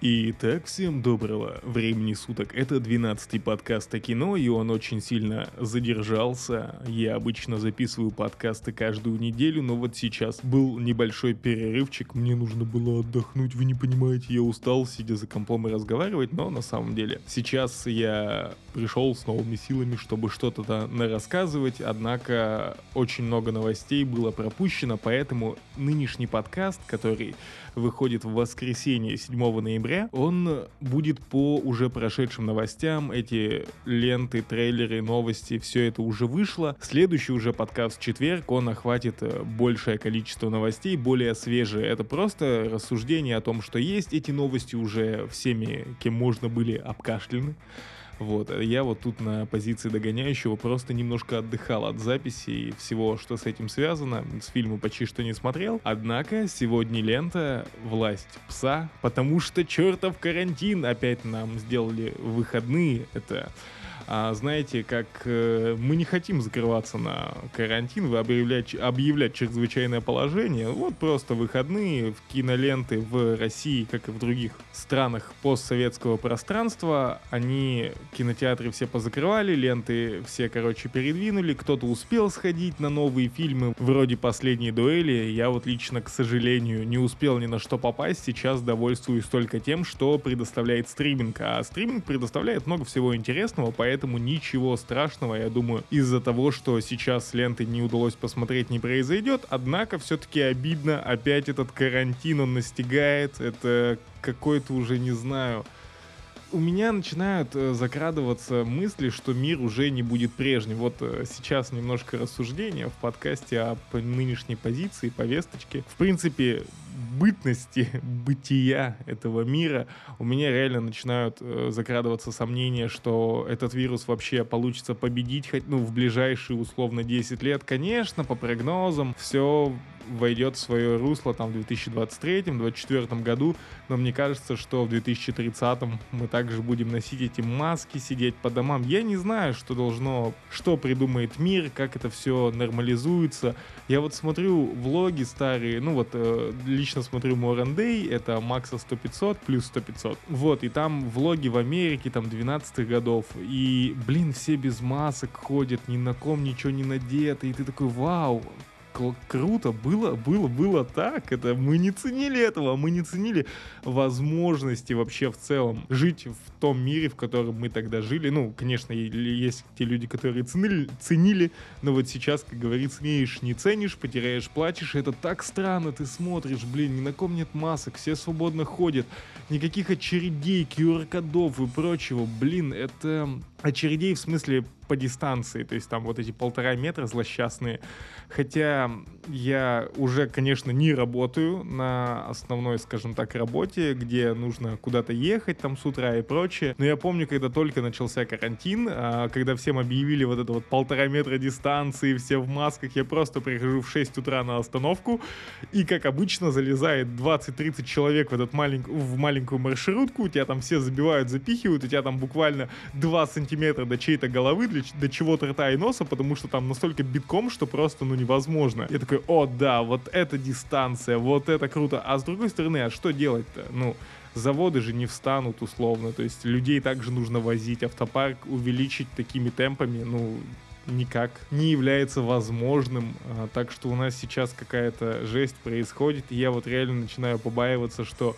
Итак, всем доброго времени суток. Это 12-й подкаст о кино, и он очень сильно задержался. Я обычно записываю подкасты каждую неделю, но вот сейчас был небольшой перерывчик. Мне нужно было отдохнуть, вы не понимаете, я устал, сидя за компом и разговаривать, но на самом деле сейчас я пришел с новыми силами, чтобы что-то нарассказывать, однако очень много новостей было пропущено, поэтому нынешний подкаст, который выходит в воскресенье 7 ноября, он будет по уже прошедшим новостям. Эти ленты, трейлеры, новости, все это уже вышло. Следующий уже подкаст в четверг, он охватит большее количество новостей, более свежие. Это просто рассуждение о том, что есть. Эти новости уже всеми, кем можно, были обкашлены. Вот, я вот тут на позиции догоняющего просто немножко отдыхал от записи и всего, что с этим связано. С фильма почти что не смотрел. Однако сегодня лента «Власть пса», потому что чертов карантин опять нам сделали выходные. Это... знаете, как мы не хотим закрываться на карантин, объявлять чрезвычайное положение, вот просто выходные в киноленты в России, как и в других странах постсоветского пространства, кинотеатры все позакрывали, ленты все, передвинули, кто-то успел сходить на новые фильмы, вроде «Последней дуэли», я вот лично, к сожалению, не успел ни на что попасть, сейчас довольствуюсь только тем, что предоставляет стриминг, а стриминг предоставляет много всего интересного, поэтому ничего страшного, я думаю, из-за того, что сейчас ленты не удалось посмотреть, не произойдет. Однако все-таки обидно, опять этот карантин, он настигает. Это какой-то уже, не знаю... У меня начинают закрадываться мысли, что мир уже не будет прежним. Вот сейчас немножко рассуждения в подкасте о нынешней позиции, повесточке. В принципе, бытности, бытия этого мира у меня реально начинают закрадываться сомнения, что этот вирус вообще получится победить в ближайшие условно 10 лет. Конечно, по прогнозам, все войдет в свое русло в 2023-2024 году, но мне кажется, что в 2030 мы также будем носить эти маски, сидеть по домам. Я не знаю, что придумает мир, как это все нормализуется. Я вот смотрю влоги старые, лично смотрю More and Day, это Макса 100-500 плюс 100-500. Вот, и там влоги в Америке, 12-х годов, и, все без масок ходят, ни на ком ничего не надето, и ты такой, вау, круто, было так, это мы не ценили этого, мы не ценили возможности вообще в целом жить в том мире, в котором мы тогда жили. Конечно, есть те люди, которые ценили, но вот сейчас, как говорится, имеешь, не ценишь, потеряешь, плачешь, это так странно, ты смотришь, ни на ком нет масок, все свободно ходят, никаких очередей, QR-кодов и прочего, это очередей в смысле по дистанции, то есть там вот эти 1,5 метра злосчастные, хотя я уже, конечно, не работаю на основной, скажем так, работе, где нужно куда-то ехать с утра и прочее, но я помню, когда только начался карантин, когда всем объявили вот это 1,5 метра дистанции, все в масках, я просто прихожу в 6 утра на остановку, и, как обычно, залезает 20-30 человек в маленькую маршрутку, у тебя там все забивают, запихивают, у тебя там буквально 2 сантиметра до чьей-то головы, до чего-то рта и носа, потому что там настолько битком, что просто, невозможно. Я такой, о да, вот это дистанция, вот это круто. А с другой стороны, а что делать-то? Заводы же не встанут условно, то есть людей также нужно возить, автопарк увеличить такими темпами, никак не является возможным, так что у нас сейчас какая-то жесть происходит, и я вот реально начинаю побаиваться, что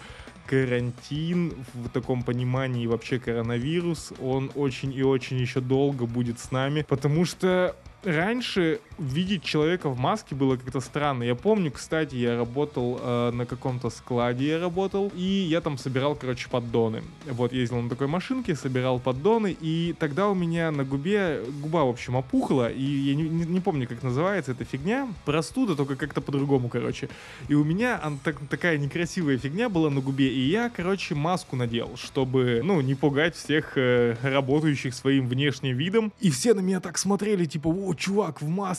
карантин в таком понимании и вообще коронавирус, он очень и очень еще долго будет с нами, потому что раньше видеть человека в маске было как-то странно. Я помню, кстати, я работал на каком-то складе, и я там собирал, поддоны. Вот, ездил на такой машинке, собирал поддоны, и тогда у меня на губа, в общем, опухла, и я не помню, как называется эта фигня, простуда, только как-то по-другому, И у меня такая некрасивая фигня была на губе, и я, маску надел, чтобы, не пугать всех работающих своим внешним видом, и все на меня так смотрели, типа, о, чувак в маске,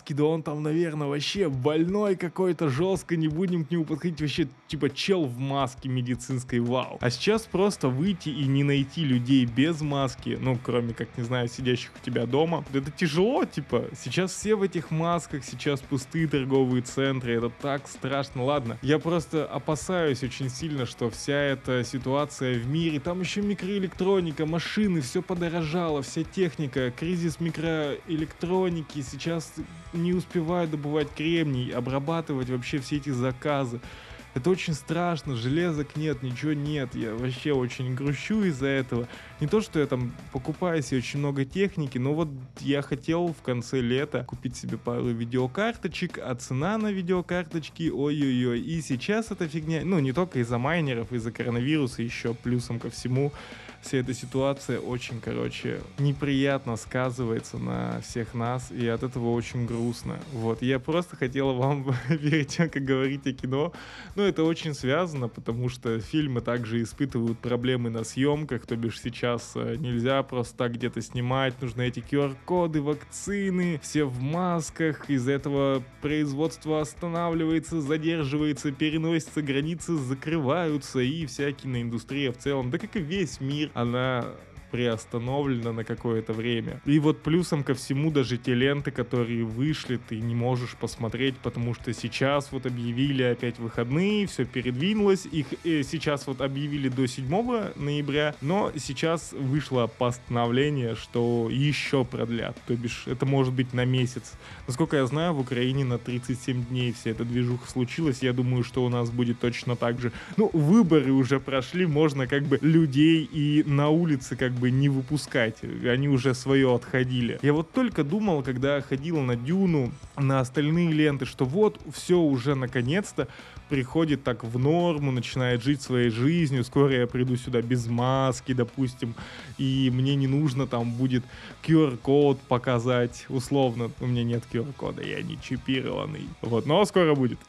маске, да он там, наверное, вообще больной какой-то, жестко, не будем к нему подходить, вообще, типа, чел в маске медицинской, вау. А сейчас просто выйти и не найти людей без маски, ну, кроме, как, не знаю, сидящих у тебя дома, это тяжело, типа, сейчас все в этих масках, сейчас пустые торговые центры, это так страшно, ладно. Я просто опасаюсь очень сильно, что вся эта ситуация в мире, там еще микроэлектроника, машины, все подорожало, вся техника, кризис микроэлектроники, сейчас не успевают добывать кремний, обрабатывать вообще все эти заказы. Это очень страшно, железок нет, ничего нет, я вообще очень грущу из-за этого. Не то, что я там покупаю себе очень много техники, но вот я хотел в конце лета купить себе пару видеокарточек, а цена на видеокарточки, ой-ой-ой, и сейчас эта фигня, ну не только из-за майнеров, из-за коронавируса, еще плюсом ко всему, вся эта ситуация очень, короче, неприятно сказывается на всех нас, и от этого очень грустно. Вот, я просто хотел вам перед тем, как говорить о кино, ну, это очень связано, потому что фильмы также испытывают проблемы на съемках, то бишь сейчас нельзя просто так где-то снимать, нужны эти QR-коды, вакцины, все в масках, из-за этого производство останавливается, задерживается, переносится, границы закрываются, и вся киноиндустрия в целом, да как и весь мир, она приостановлена на какое-то время. И вот плюсом ко всему даже те ленты, которые вышли, ты не можешь посмотреть, потому что сейчас вот объявили опять выходные, все передвинулось, их сейчас вот объявили до 7 ноября, но сейчас вышло постановление, что еще продлят, то бишь это может быть на месяц. Насколько я знаю, в Украине на 37 дней вся эта движуха случилась, я думаю, что у нас будет точно так же. Ну, выборы уже прошли, можно как бы людей и на улице как бы не выпускать, они уже свое отходили. Я вот только думал, когда ходил на Дюну, на остальные ленты, что вот все уже наконец-то приходит так в норму, начинает жить своей жизнью, скоро я приду сюда без маски, допустим, и мне не нужно там будет QR-код показать, условно, у меня нет QR-кода, я не чипированный, вот, но скоро будет.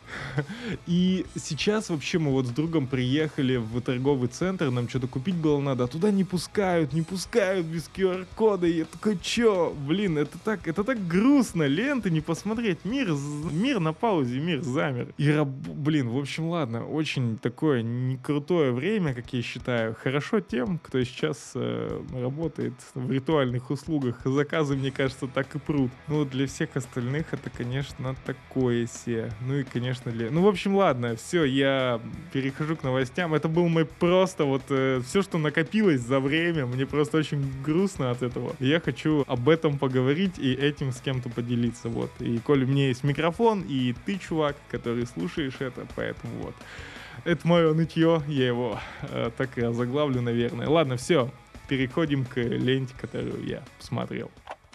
И сейчас вообще мы вот с другом приехали в торговый центр, нам что-то купить было надо, а туда не пускают без QR-кода, и я такой, чё, блин, это так грустно, ленты не посмотреть, мир на паузе, мир замер. И, блин, в общем, ладно, очень такое не крутое время, как я считаю. Хорошо тем, кто сейчас работает в виртуальных услугах. Заказы, мне кажется, так и прут. Ну, для всех остальных это, конечно, такое себе. Ну и, конечно, Ну, в общем, ладно, все, я перехожу к новостям. Это был мой просто вот все, что накопилось за время. Мне просто очень грустно от этого. Я хочу об этом поговорить и этим с кем-то поделиться, вот. И коль у меня есть микрофон, и ты, чувак, который слушаешь это, поэтому вот. Это мое нытье, я его так и озаглавлю, наверное. Ладно, все, переходим к ленте, которую я посмотрел.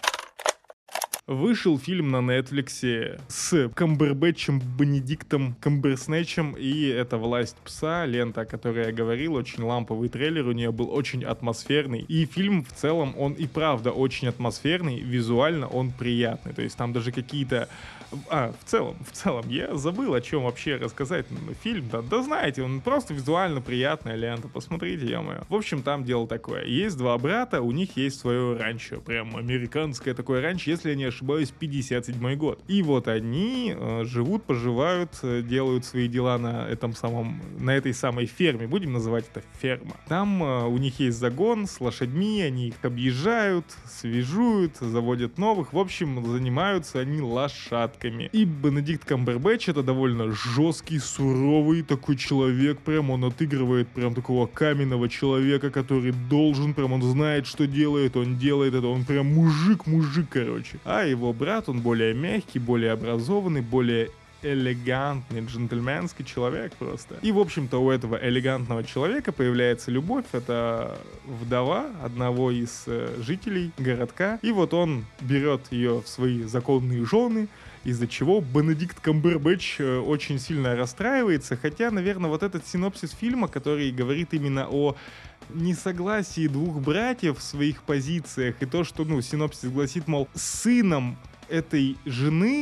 Вышел фильм на Netflix с Камбербэтчем, Бенедиктом Камберснетчем, и это «Власть пса», лента, о которой я говорил, очень ламповый трейлер, у нее был очень атмосферный, и фильм в целом, он и правда очень атмосферный, визуально он приятный, то есть там даже какие-то... в целом, я забыл, о чем вообще рассказать. Фильм, да знаете, он просто визуально приятная лента, посмотрите, ё-моё. В общем, там дело такое, есть два брата, у них есть свое ранчо, прям американское такое ранчо, если я не ошибаюсь, 57-й год. И вот они живут, поживают, делают свои дела на этой самой ферме, будем называть это ферма. Там у них есть загон с лошадьми, они их объезжают, свежуют, заводят новых, в общем, занимаются они лошадками. И Бенедикт Камбербэтч — это довольно жесткий, суровый такой человек, прям он отыгрывает прям такого каменного человека, который должен, прям он знает, что делает, он делает это, он прям мужик, короче. А его брат, он более мягкий, более образованный, более элегантный, джентльменский человек просто. И, в общем-то, у этого элегантного человека появляется любовь. Это вдова одного из жителей городка. И вот он берет ее в свои законные жены, из-за чего Бенедикт Камбербэтч очень сильно расстраивается. Хотя, наверное, вот этот синопсис фильма, который говорит именно о несогласии двух братьев в своих позициях, и то, что, синопсис гласит, мол, сыном этой жены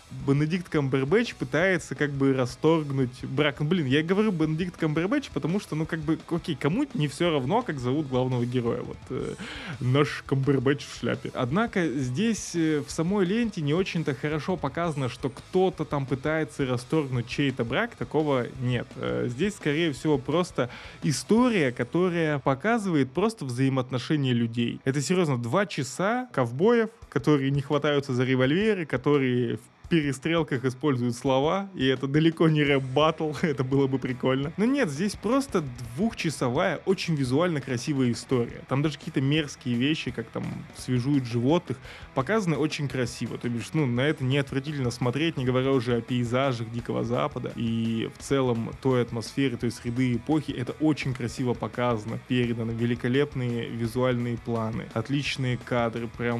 Бенедикт Камбербэтч пытается как бы расторгнуть брак. Ну, блин, я говорю Бенедикт Камбербэтч, потому что, ну, как бы, окей, кому не все равно, как зовут главного героя. Вот наш Камбербэтч в шляпе. Однако здесь в самой ленте не очень-то хорошо показано, что кто-то там пытается расторгнуть чей-то брак. Такого нет. Здесь, скорее всего, просто история, которая показывает просто взаимоотношения людей. Это, серьезно, 2 часа ковбоев, которые не хватаются за револьверы, которые в перестрелках используют слова, и это далеко не рэп-баттл, это было бы прикольно. Но нет, здесь просто 2-часовая, очень визуально красивая история. Там даже какие-то мерзкие вещи, как там свежуют животных, показаны очень красиво. То бишь, ну, на это не отвратительно смотреть, не говоря уже о пейзажах Дикого Запада и в целом той атмосфере, той среды эпохи. Это очень красиво показано, передано, великолепные визуальные планы, отличные кадры, прям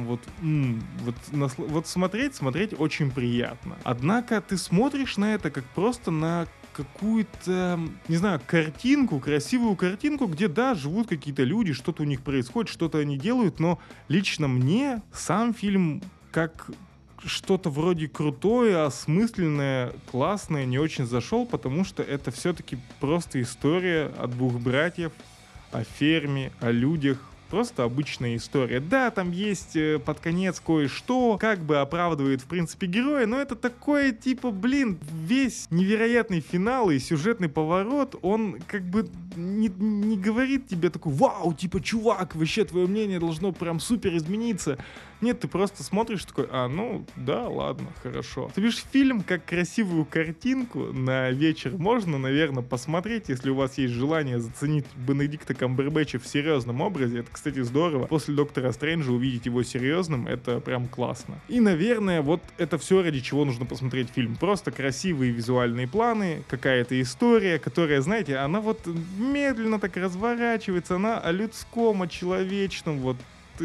вот смотреть очень приятно. Однако ты смотришь на это как просто на какую-то, не знаю, картинку, красивую картинку, где, да, живут какие-то люди, что-то у них происходит, что-то они делают, но лично мне сам фильм как что-то вроде крутое, осмысленное, классное не очень зашел, потому что это все-таки просто история о 2 братьев, о ферме, о людях. Просто обычная история. Да, там есть под конец кое-что, как бы оправдывает, в принципе, героя, но это такое, типа, блин, весь невероятный финал и сюжетный поворот, он как бы не говорит тебе такой: вау, типа, чувак, вообще твое мнение должно прям супер измениться. Нет, ты просто смотришь такой: ну, да, ладно, хорошо. Ты видишь, фильм как красивую картинку на вечер можно, наверное, посмотреть, если у вас есть желание заценить Бенедикта Камбербэтча в серьезном образе. Это, кстати, здорово. После Доктора Стрэнджа увидеть его серьезным, это прям классно. И, наверное, вот это все, ради чего нужно посмотреть фильм. Просто красивые визуальные планы, какая-то история, которая, знаете, она вот медленно так разворачивается, она о людском, о человечном, вот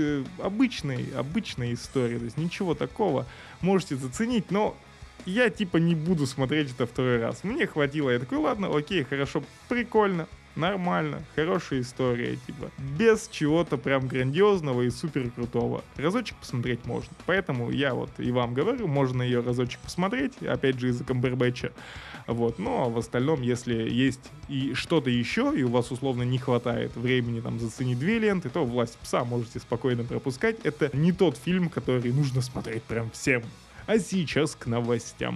обычная история, то есть ничего такого, можете заценить, но я типа не буду смотреть это 2-й раз. Мне хватило, я такой: ладно, окей, хорошо, прикольно, нормально, хорошая история, типа, без чего-то прям грандиозного и супер крутого. Разочек посмотреть можно. Поэтому я вот и вам говорю, можно ее разочек посмотреть, опять же из-за Камбербэтча. Вот, но в остальном, если есть и что-то еще, и у вас условно не хватает времени там заценить 2 ленты, то «Власть пса» можете спокойно пропускать. Это не тот фильм, который нужно смотреть прям всем. А сейчас к новостям.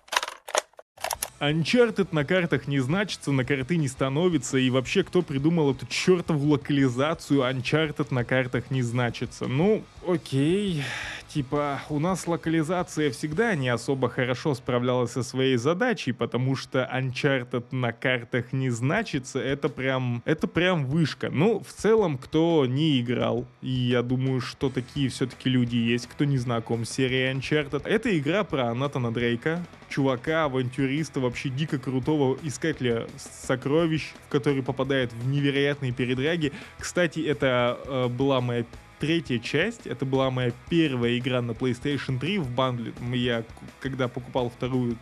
Uncharted на картах не значится, на карты не становится, и вообще, кто придумал эту чертову локализацию Uncharted на картах не значится? Ну, окей, типа, у нас локализация всегда не особо хорошо справлялась со своей задачей, потому что Uncharted на картах не значится, это прям вышка. Ну, в целом, кто не играл, и я думаю, что такие все-таки люди есть, кто не знаком с серией Uncharted, это игра про Натана Дрейка, чувака, авантюриста, вообще дико крутого искателя сокровищ, который попадает в невероятные передряги. Кстати, это была моя 3-я часть, это была моя 1-я игра на PlayStation 3 в бандле. Я, когда покупал вторую,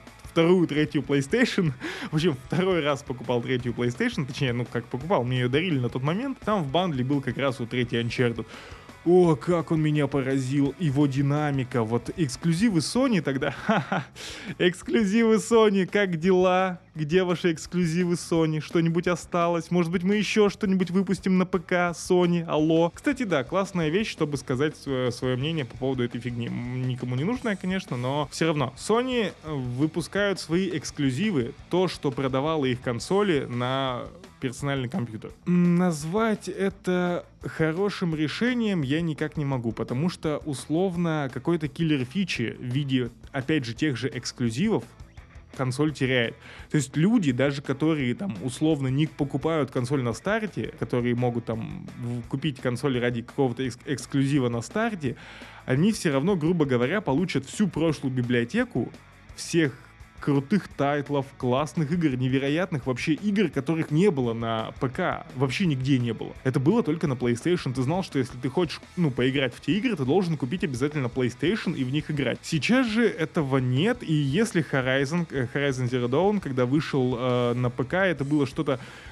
3-ю PlayStation, в общем, 2-й раз покупал 3-ю PlayStation, точнее, ну как покупал, мне ее дарили на тот момент, там в бандле был как раз вот 3-й Uncharted. О, как он меня поразил, его динамика, вот эксклюзивы Sony тогда, ха-ха, эксклюзивы Sony, как дела? Где ваши эксклюзивы Sony? Что-нибудь осталось? Может быть, мы еще что-нибудь выпустим на ПК, Sony, алло? Кстати, да, классная вещь, чтобы сказать свое мнение по поводу этой фигни. Никому не нужная, конечно, но все равно. Sony выпускают свои эксклюзивы, то, что продавало их консоли на персональный компьютер. Назвать это хорошим решением я никак не могу, потому что условно какой-то киллер фичи в виде, опять же, тех же эксклюзивов консоль теряет. То есть люди, даже которые там условно не покупают консоль на старте, которые могут там купить консоль ради какого-то эксклюзива на старте, они все равно, грубо говоря, получат всю прошлую библиотеку всех крутых тайтлов, классных игр, невероятных вообще игр, которых не было на ПК, вообще нигде не было. Это было только на PlayStation. Ты знал, что если ты хочешь, поиграть в те игры, ты должен купить обязательно PlayStation и в них играть. Сейчас же этого нет, и если Horizon Zero Dawn, когда вышел на ПК, это было что-то,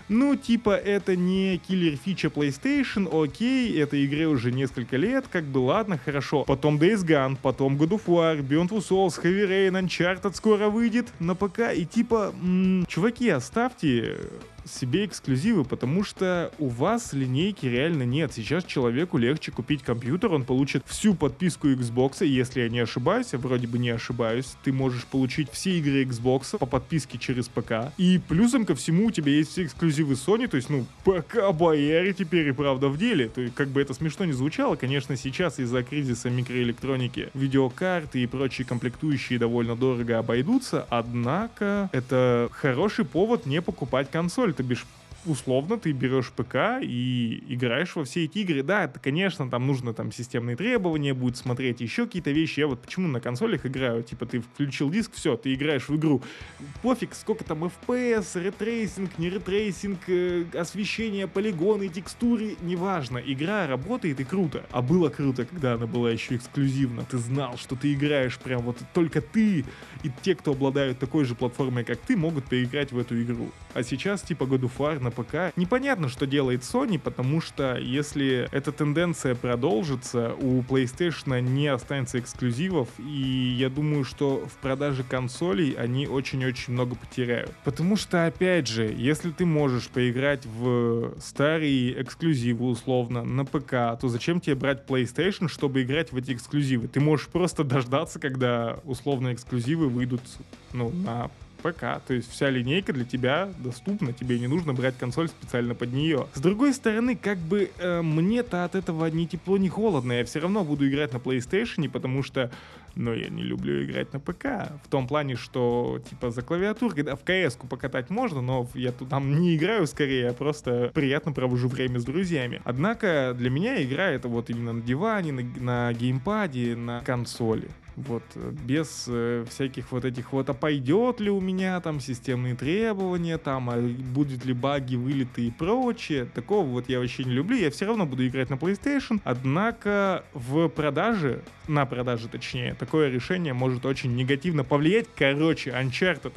ну, типа, это не киллер-фича PlayStation, окей, этой игре уже несколько лет, как бы, ладно, хорошо. Потом Days Gone, потом God of War, Beyond Two Souls, Heavy Rain, Uncharted скоро выйдет на ПК, и типа, чуваки, оставьте себе эксклюзивы, потому что у вас линейки реально нет. Сейчас человеку легче купить компьютер, он получит всю подписку Xbox, если я не ошибаюсь, я вроде бы не ошибаюсь, ты можешь получить все игры Xbox по подписке через ПК, и плюсом ко всему у тебя есть все эксклюзивы Sony, то есть, ну, ПК-бояре теперь и правда в деле. То есть, как бы это смешно не звучало, конечно, сейчас из-за кризиса микроэлектроники видеокарты и прочие комплектующие довольно дорого обойдутся, однако это хороший повод не покупать консоль. То бишь, условно, ты берешь ПК и играешь во все эти игры. Да, это, конечно, там нужно там системные требования, будет смотреть еще какие-то вещи. Я вот почему на консолях играю, типа ты включил диск, все, ты играешь в игру. Пофиг, сколько там FPS, ретрейсинг, не ретрейсинг, освещение, полигоны, текстуры, неважно. Игра работает и круто. А было круто, когда она была еще эксклюзивна. Ты знал, что ты играешь прям вот только ты и те, кто обладают такой же платформой, как ты, могут поиграть в эту игру. А сейчас типа God of War на ПК. Непонятно, что делает Sony, потому что если эта тенденция продолжится, у PlayStation не останется эксклюзивов, и я думаю, что в продаже консолей они очень-очень много потеряют. Потому что, опять же, если ты можешь поиграть в старые эксклюзивы, условно, на ПК, то зачем тебе брать PlayStation, чтобы играть в эти эксклюзивы? Ты можешь просто дождаться, когда условно эксклюзивы выйдут, ну, на ПК, то есть вся линейка для тебя доступна, тебе не нужно брать консоль специально под нее. С другой стороны, как бы мне-то от этого ни тепло, ни холодно, я все равно буду играть на PlayStation, потому что, ну, я не люблю играть на ПК, в том плане, что, типа, за клавиатуркой, да, в CS-ку покатать можно, но я тут там не играю скорее, а просто приятно провожу время с друзьями. Однако для меня игра это вот именно на диване, на геймпаде, на консоли. Вот, без всяких вот этих вот, а пойдет ли у меня там системные требования, там, а будет ли баги, вылеты и прочее. Такого вот я вообще не люблю, я все равно буду играть на PlayStation, однако в продаже, на продаже точнее, такое решение может очень негативно повлиять. Короче, Uncharted,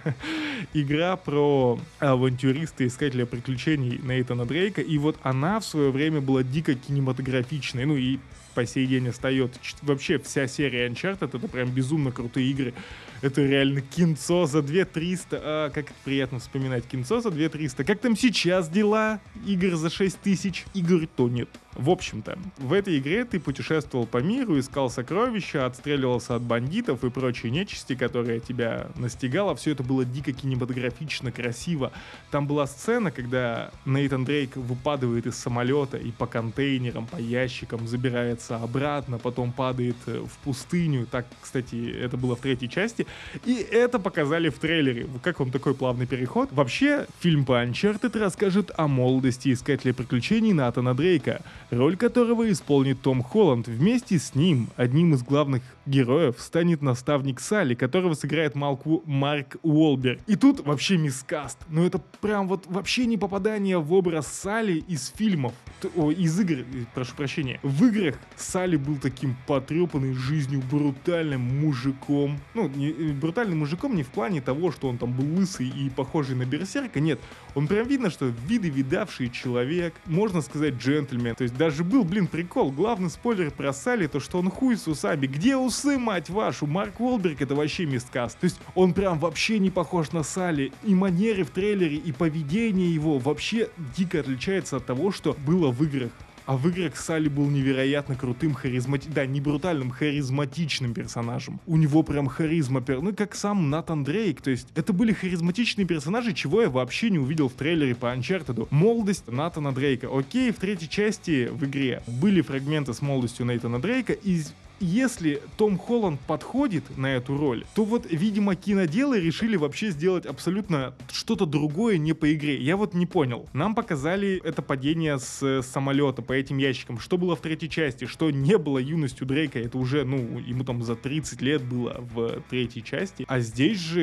игра про авантюриста, искателя приключений Нейтана Дрейка, и вот она в свое время была дико кинематографичной, ну и по сей день остается. Вообще вся серия Uncharted это прям безумно крутые игры. Это реально кинцо за 2300. Как приятно вспоминать кинцо за 2300. Как там сейчас дела? Игр за 6000. Игр то нет. В общем-то, в этой игре ты путешествовал по миру, искал сокровища, отстреливался от бандитов и прочей нечисти, которая тебя настигала. Все это было дико кинематографично, красиво. Там была сцена, когда Нейтан Дрейк выпадывает из самолета и по контейнерам, по ящикам забирается обратно, потом падает в пустыню. Так, кстати, это было в третьей части. И это показали в трейлере. Как вам такой плавный переход? Вообще, фильм по Uncharted расскажет о молодости искателя приключений Натана Дрейка, роль которого исполнит Том Холланд. Вместе с ним одним из главных героев станет наставник Салли, которого сыграет Марк Уолберг. И тут вообще мискаст. Ну это прям вот вообще не попадание в образ Салли из фильмов. Из игр, прошу прощения. В играх Салли был таким потрепанным жизнью, брутальным мужиком. Ну, брутальным мужиком не в плане того, что он там был лысый и похожий на берсерка, нет. Он прям видно, что видавший человек, можно сказать, джентльмен. То есть даже был, прикол. Главный спойлер про Салли, то что он хуй с усами. Где усы, мать вашу? Марк Уолберг это вообще мисткаст. То есть он прям вообще не похож на Салли. И манеры в трейлере, и поведение его вообще дико отличается от того, что было в играх. А в играх Салли был невероятно крутым, не брутальным, харизматичным персонажем. У него прям харизма, ну как сам Натан Дрейк. То есть это были харизматичные персонажи, чего я вообще не увидел в трейлере по Uncharted. Молодость Натана Дрейка. Окей, в третьей части в игре были фрагменты с молодостью Нейтана Дрейка, и если Том Холланд подходит на эту роль, то вот, видимо, киноделы решили вообще сделать абсолютно что-то другое не по игре. Я вот не понял. Нам показали это падение с самолета по этим ящикам. Что было в третьей части, что не было юностью Дрейка. Это уже, ему там за 30 лет было в третьей части. А здесь же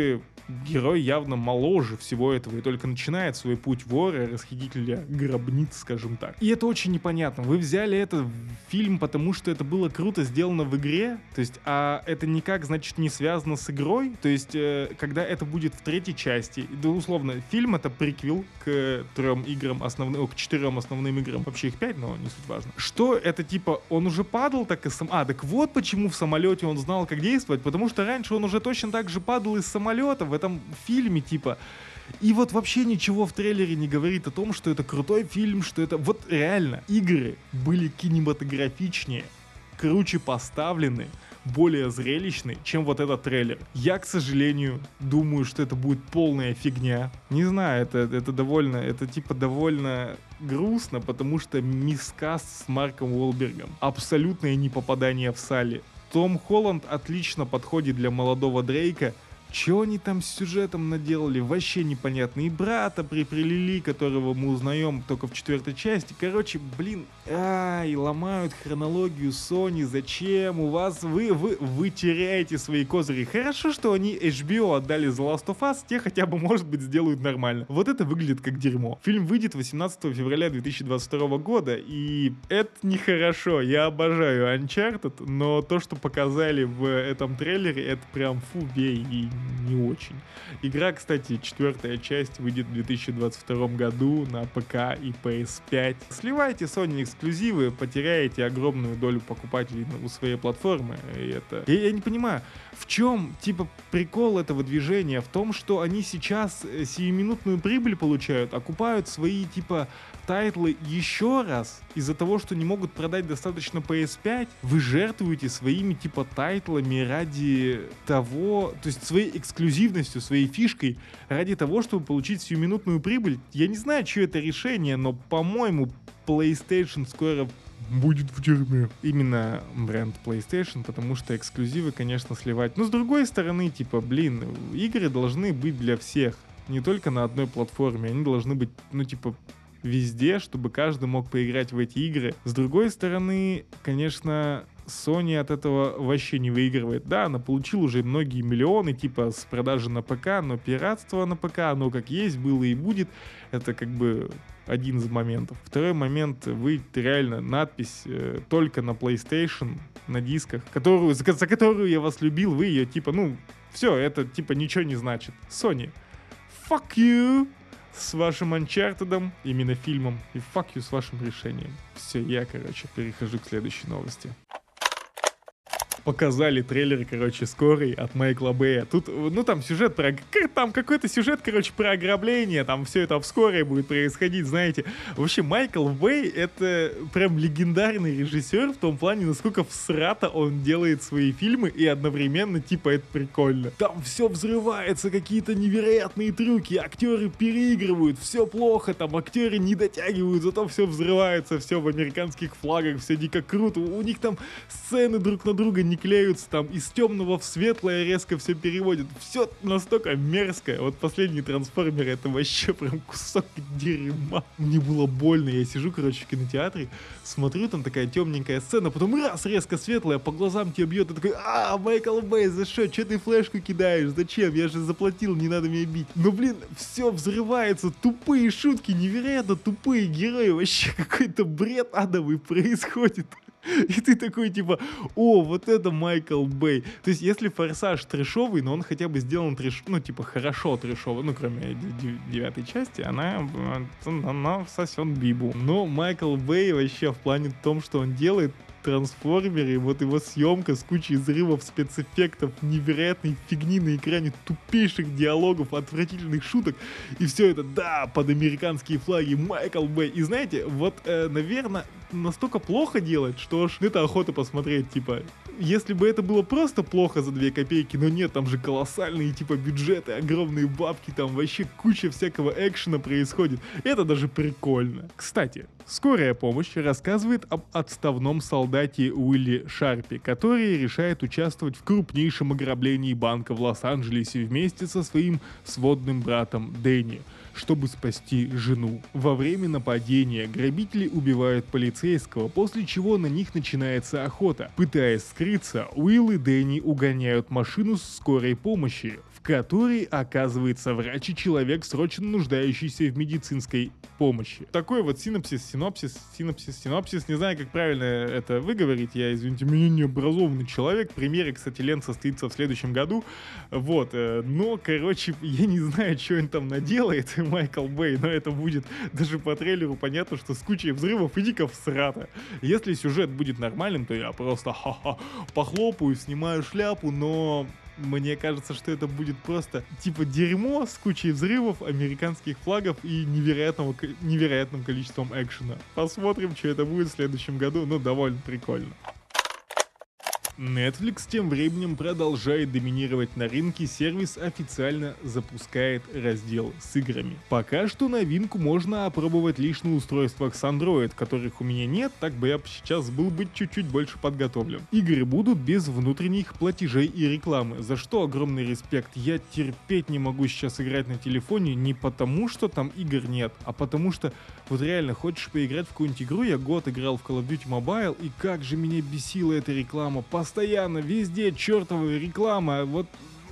герой явно моложе всего этого и только начинает свой путь вора, расхитителя гробниц, скажем так. И это очень непонятно. Вы взяли этот фильм, потому что это было круто сделано в игре, то есть, а это никак, значит, не связано с игрой, то есть, когда это будет в третьей части, да, условно, фильм — это приквел к 3 играм основным, к 4 основным играм, вообще их 5, но не суть важно. Что это, типа, он уже падал так и сам... так вот почему в самолете он знал, как действовать, потому что раньше он уже точно так же падал из самолета в этом фильме, типа. И вот вообще ничего в трейлере не говорит о том, что это крутой фильм, что это... Вот реально, игры были кинематографичнее, круче поставлены, более зрелищный, чем вот этот трейлер. Я, к сожалению, думаю, что это будет полная фигня. Не знаю, это довольно грустно, потому что мискаст с Марком Уолбергом. Абсолютное непопадание в Салли. Том Холланд отлично подходит для молодого Дрейка. Чё они там с сюжетом наделали, вообще непонятно. И брата приплели, которого мы узнаем только в 4-й части. Короче, блин, ломают хронологию Sony. Зачем? У вас вы теряете свои козыри. Хорошо, что они HBO отдали The Last of Us, те хотя бы, может быть, сделают нормально. Вот это выглядит как дерьмо. Фильм выйдет 18 февраля 2022 года, и это нехорошо. Я обожаю Uncharted, но то, что показали в этом трейлере, это прям фу, бей, и не очень. Игра, кстати, 4-я часть выйдет в 2022 году на ПК и PS5. Сливайте Sony эксклюзивы, потеряете огромную долю покупателей у своей платформы. И это... Я не понимаю, в чем, типа, прикол этого движения? В том, что они сейчас сиюминутную прибыль получают, окупают свои, типа, тайтлы еще раз из-за того, что не могут продать достаточно PS5. Вы жертвуете своими, типа, тайтлами ради того, то есть своей эксклюзивностью, своей фишкой, ради того, чтобы получить сиюминутную прибыль. Я не знаю, чье это решение, но, по-моему, PlayStation скоро будет в тюрьме. Именно бренд PlayStation, потому что эксклюзивы, конечно, сливать. Но с другой стороны, типа, блин, игры должны быть для всех, не только на одной платформе. Они должны быть, ну, типа, везде, чтобы каждый мог поиграть в эти игры. С другой стороны, конечно, Sony от этого вообще не выигрывает. Да, она получила уже многие миллионы, типа, с продажи на ПК, но пиратство на ПК, оно как есть, было и будет. Это как бы один из моментов. Второй момент, вы реально надпись только на PlayStation, на дисках, за которую я вас любил, вы ее типа, ну, все, это типа ничего не значит. Sony, fuck you с вашим Uncharted, именно фильмом, и fuck you с вашим решением. Все, я, короче, перехожу к следующей новости. Показали трейлер, короче, скорый от Майкла Бэя. Тут, ну, там сюжет про... Там какой-то сюжет, короче, про ограбление. Там все это вскоре будет происходить, знаете. Вообще, Майкл Бэй — это прям легендарный режиссер в том плане, насколько всрато он делает свои фильмы, и одновременно, типа, это прикольно. Там все взрывается, какие-то невероятные трюки, актеры переигрывают, все плохо, там актеры не дотягивают, зато все взрывается, все в американских флагах, все дико круто. У них там сцены друг на друга не клеются, там из темного в светлое резко все переводят. Все настолько мерзко. Вот последний трансформер — это вообще прям кусок дерьма. Мне было больно. Я сижу, короче, в кинотеатре, смотрю, там такая темненькая сцена, потом раз, резко светлая, по глазам тебе бьет, и такой: Майкл Бэй, за что? Че ты флешку кидаешь? Зачем? Я же заплатил, не надо меня бить. Но, блин, все взрывается, тупые шутки, невероятно тупые герои, вообще какой-то бред адовый происходит. И ты такой, типа, вот это Майкл Бэй. То есть, если «Форсаж» трэшовый, но он хотя бы сделан ну, типа, хорошо трэшовый, ну, кроме 9-й части, она сосет бибу. Но Майкл Бэй вообще в плане том, что он делает, трансформеры, вот его съемка с кучей взрывов, спецэффектов, невероятной фигни на экране, тупейших диалогов, отвратительных шуток, и все это, да, под американские флаги, Майкл Бэй. И знаете, вот, наверное, настолько плохо делать, что аж это охота посмотреть, типа, если бы это было просто плохо за 2 копейки, но нет, там же колоссальные, типа, бюджеты, огромные бабки, там вообще куча всякого экшена происходит, это даже прикольно. Кстати, скорая помощь рассказывает об отставном солдате Уилли Шарпе, который решает участвовать в крупнейшем ограблении банка в Лос-Анджелесе вместе со своим сводным братом Дэнни, чтобы спасти жену. Во время нападения грабители убивают полицейского, после чего на них начинается охота. Пытаясь скрыться, Уилл и Дэнни угоняют машину с скорой помощи, в которой оказывается врач и человек, срочно нуждающийся в медицинской помощи. Такой вот синопсис, не знаю, как правильно это выговорить, я, извините, меня необразованный человек. Премьера, кстати, лент состоится в следующем году, вот, но, короче, я не знаю, что он там наделает, Майкл Бэй, но это будет, даже по трейлеру понятно, что с кучей взрывов и дико всрато. Если сюжет будет нормальным, то я просто похлопаю, снимаю шляпу, но мне кажется, что это будет просто типа дерьмо с кучей взрывов, американских флагов и невероятным количеством экшена. Посмотрим, что это будет в следующем году, но довольно прикольно. Netflix тем временем продолжает доминировать на рынке, сервис официально запускает раздел с играми. Пока что новинку можно опробовать лишь на устройствах с Android, которых у меня нет, так бы я сейчас был бы чуть-чуть больше подготовлен. Игры будут без внутренних платежей и рекламы, за что огромный респект. Я терпеть не могу сейчас играть на телефоне не потому, что там игр нет, а потому что вот реально хочешь поиграть в какую-нибудь игру, я год играл в Call of Duty Mobile, и как же меня бесила эта реклама. Постоянно, везде чертовая реклама, вот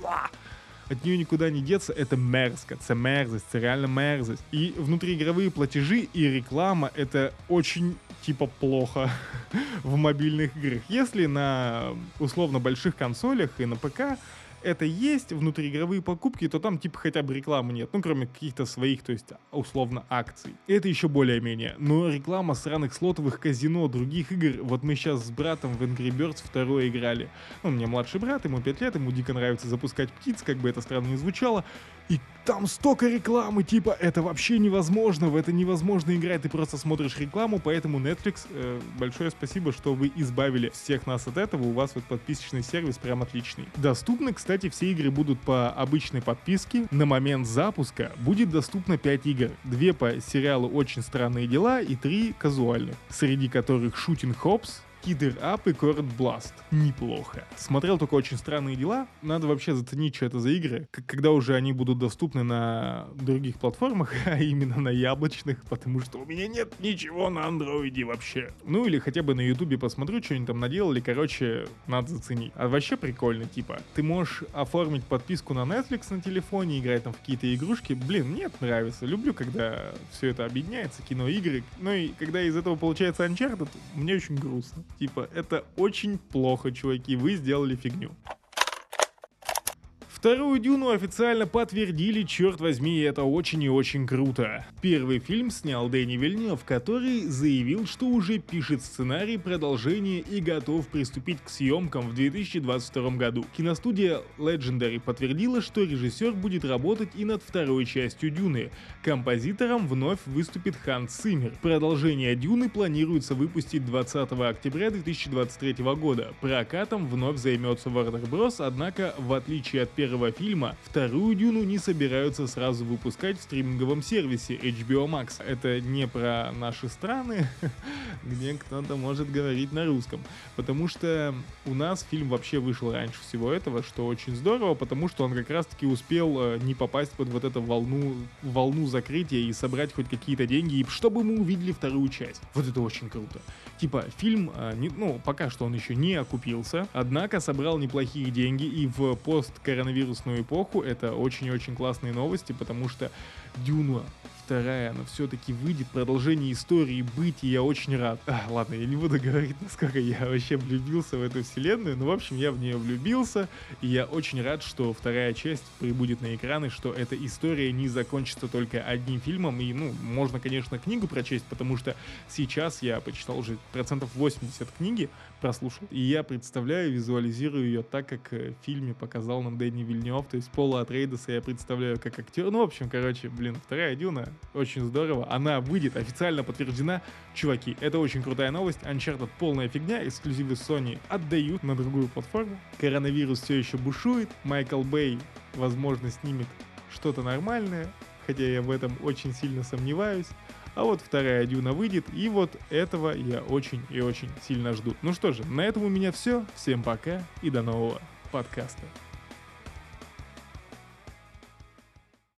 от нее никуда не деться, это мерзко, это мерзость, это реально мерзость. И внутриигровые платежи и реклама — это очень типа плохо в мобильных играх. Если на условно больших консолях и на ПК это есть, внутриигровые покупки, то там типа хотя бы рекламы нет, ну кроме каких-то своих, то есть условно акций. Это еще более-менее. Но реклама сраных слотовых казино, других игр, вот мы сейчас с братом в Angry Birds 2 играли. Ну, у меня младший брат, ему 5 лет, ему дико нравится запускать птиц, как бы это странно ни звучало. И там столько рекламы, типа, это вообще невозможно, в это невозможно играть, ты просто смотришь рекламу, поэтому Netflix, большое спасибо, что вы избавили всех нас от этого, у вас вот подписочный сервис прям отличный. Доступны, кстати, все игры будут по обычной подписке, на момент запуска будет доступно 5 игр, 2 по сериалу «Очень странные дела» и 3 казуальных, среди которых Shooting Hops, Kidder Up и Court Blast. Неплохо. Смотрел только «Очень странные дела». Надо вообще заценить, что это за игры, когда уже они будут доступны на других платформах, а именно на яблочных, потому что у меня нет ничего на андроиде вообще. Ну или хотя бы на ютубе посмотрю, что они там наделали, короче, надо заценить. А вообще прикольно, типа, ты можешь оформить подписку на Netflix на телефоне, играть там в какие-то игрушки. Блин, мне это нравится. Люблю, когда все это объединяется, кино, игры. Ну и когда из этого получается Uncharted, мне очень грустно. Типа, это очень плохо, чуваки, вы сделали фигню. Вторую Дюну официально подтвердили, черт возьми, это очень и очень круто. Первый фильм снял Дэни Вильнёв, который заявил, что уже пишет сценарий продолжения и готов приступить к съемкам в 2022 году. Киностудия Legendary подтвердила, что режиссер будет работать и над второй частью Дюны. Композитором вновь выступит Ханс Циммер. Продолжение Дюны планируется выпустить 20 октября 2023 года. Прокатом вновь займется Warner Bros., однако, в отличие от первого фильма, вторую Дюну не собираются сразу выпускать в стриминговом сервисе HBO Max. Это не про наши страны, где кто-то может говорить на русском. Потому что у нас фильм вообще вышел раньше всего этого, что очень здорово, потому что он как раз-таки успел не попасть под вот эту волну закрытия и собрать хоть какие-то деньги, и чтобы мы увидели вторую часть. Вот это очень круто. Типа, фильм, пока что он еще не окупился, однако собрал неплохие деньги, и в посткоронавирусную эпоху это очень-очень классные новости, потому что Дюна вторая, она все-таки выйдет, продолжение истории быть, и я очень рад. Ладно, я не буду говорить, насколько я вообще влюбился в эту вселенную, но в общем я в нее влюбился, и я очень рад, что вторая часть прибудет на экраны, что эта история не закончится только одним фильмом, и, можно, конечно, книгу прочесть, потому что сейчас я почитал уже 80% книги, прослушал, и я представляю, визуализирую ее так, как в фильме показал нам Дэни Вильнёв, то есть Пола Атрейдеса я представляю как актер, в общем, вторая Дюна, очень здорово, она выйдет, официально подтверждена. Чуваки, это очень крутая новость, Uncharted полная фигня, эксклюзивы Sony отдают на другую платформу, коронавирус все еще бушует, Майкл Бэй, возможно, снимет что-то нормальное, хотя я в этом очень сильно сомневаюсь. А вот вторая Дюна выйдет, и вот этого я очень и очень сильно жду. Ну что же, на этом у меня все. Всем пока и до нового подкаста.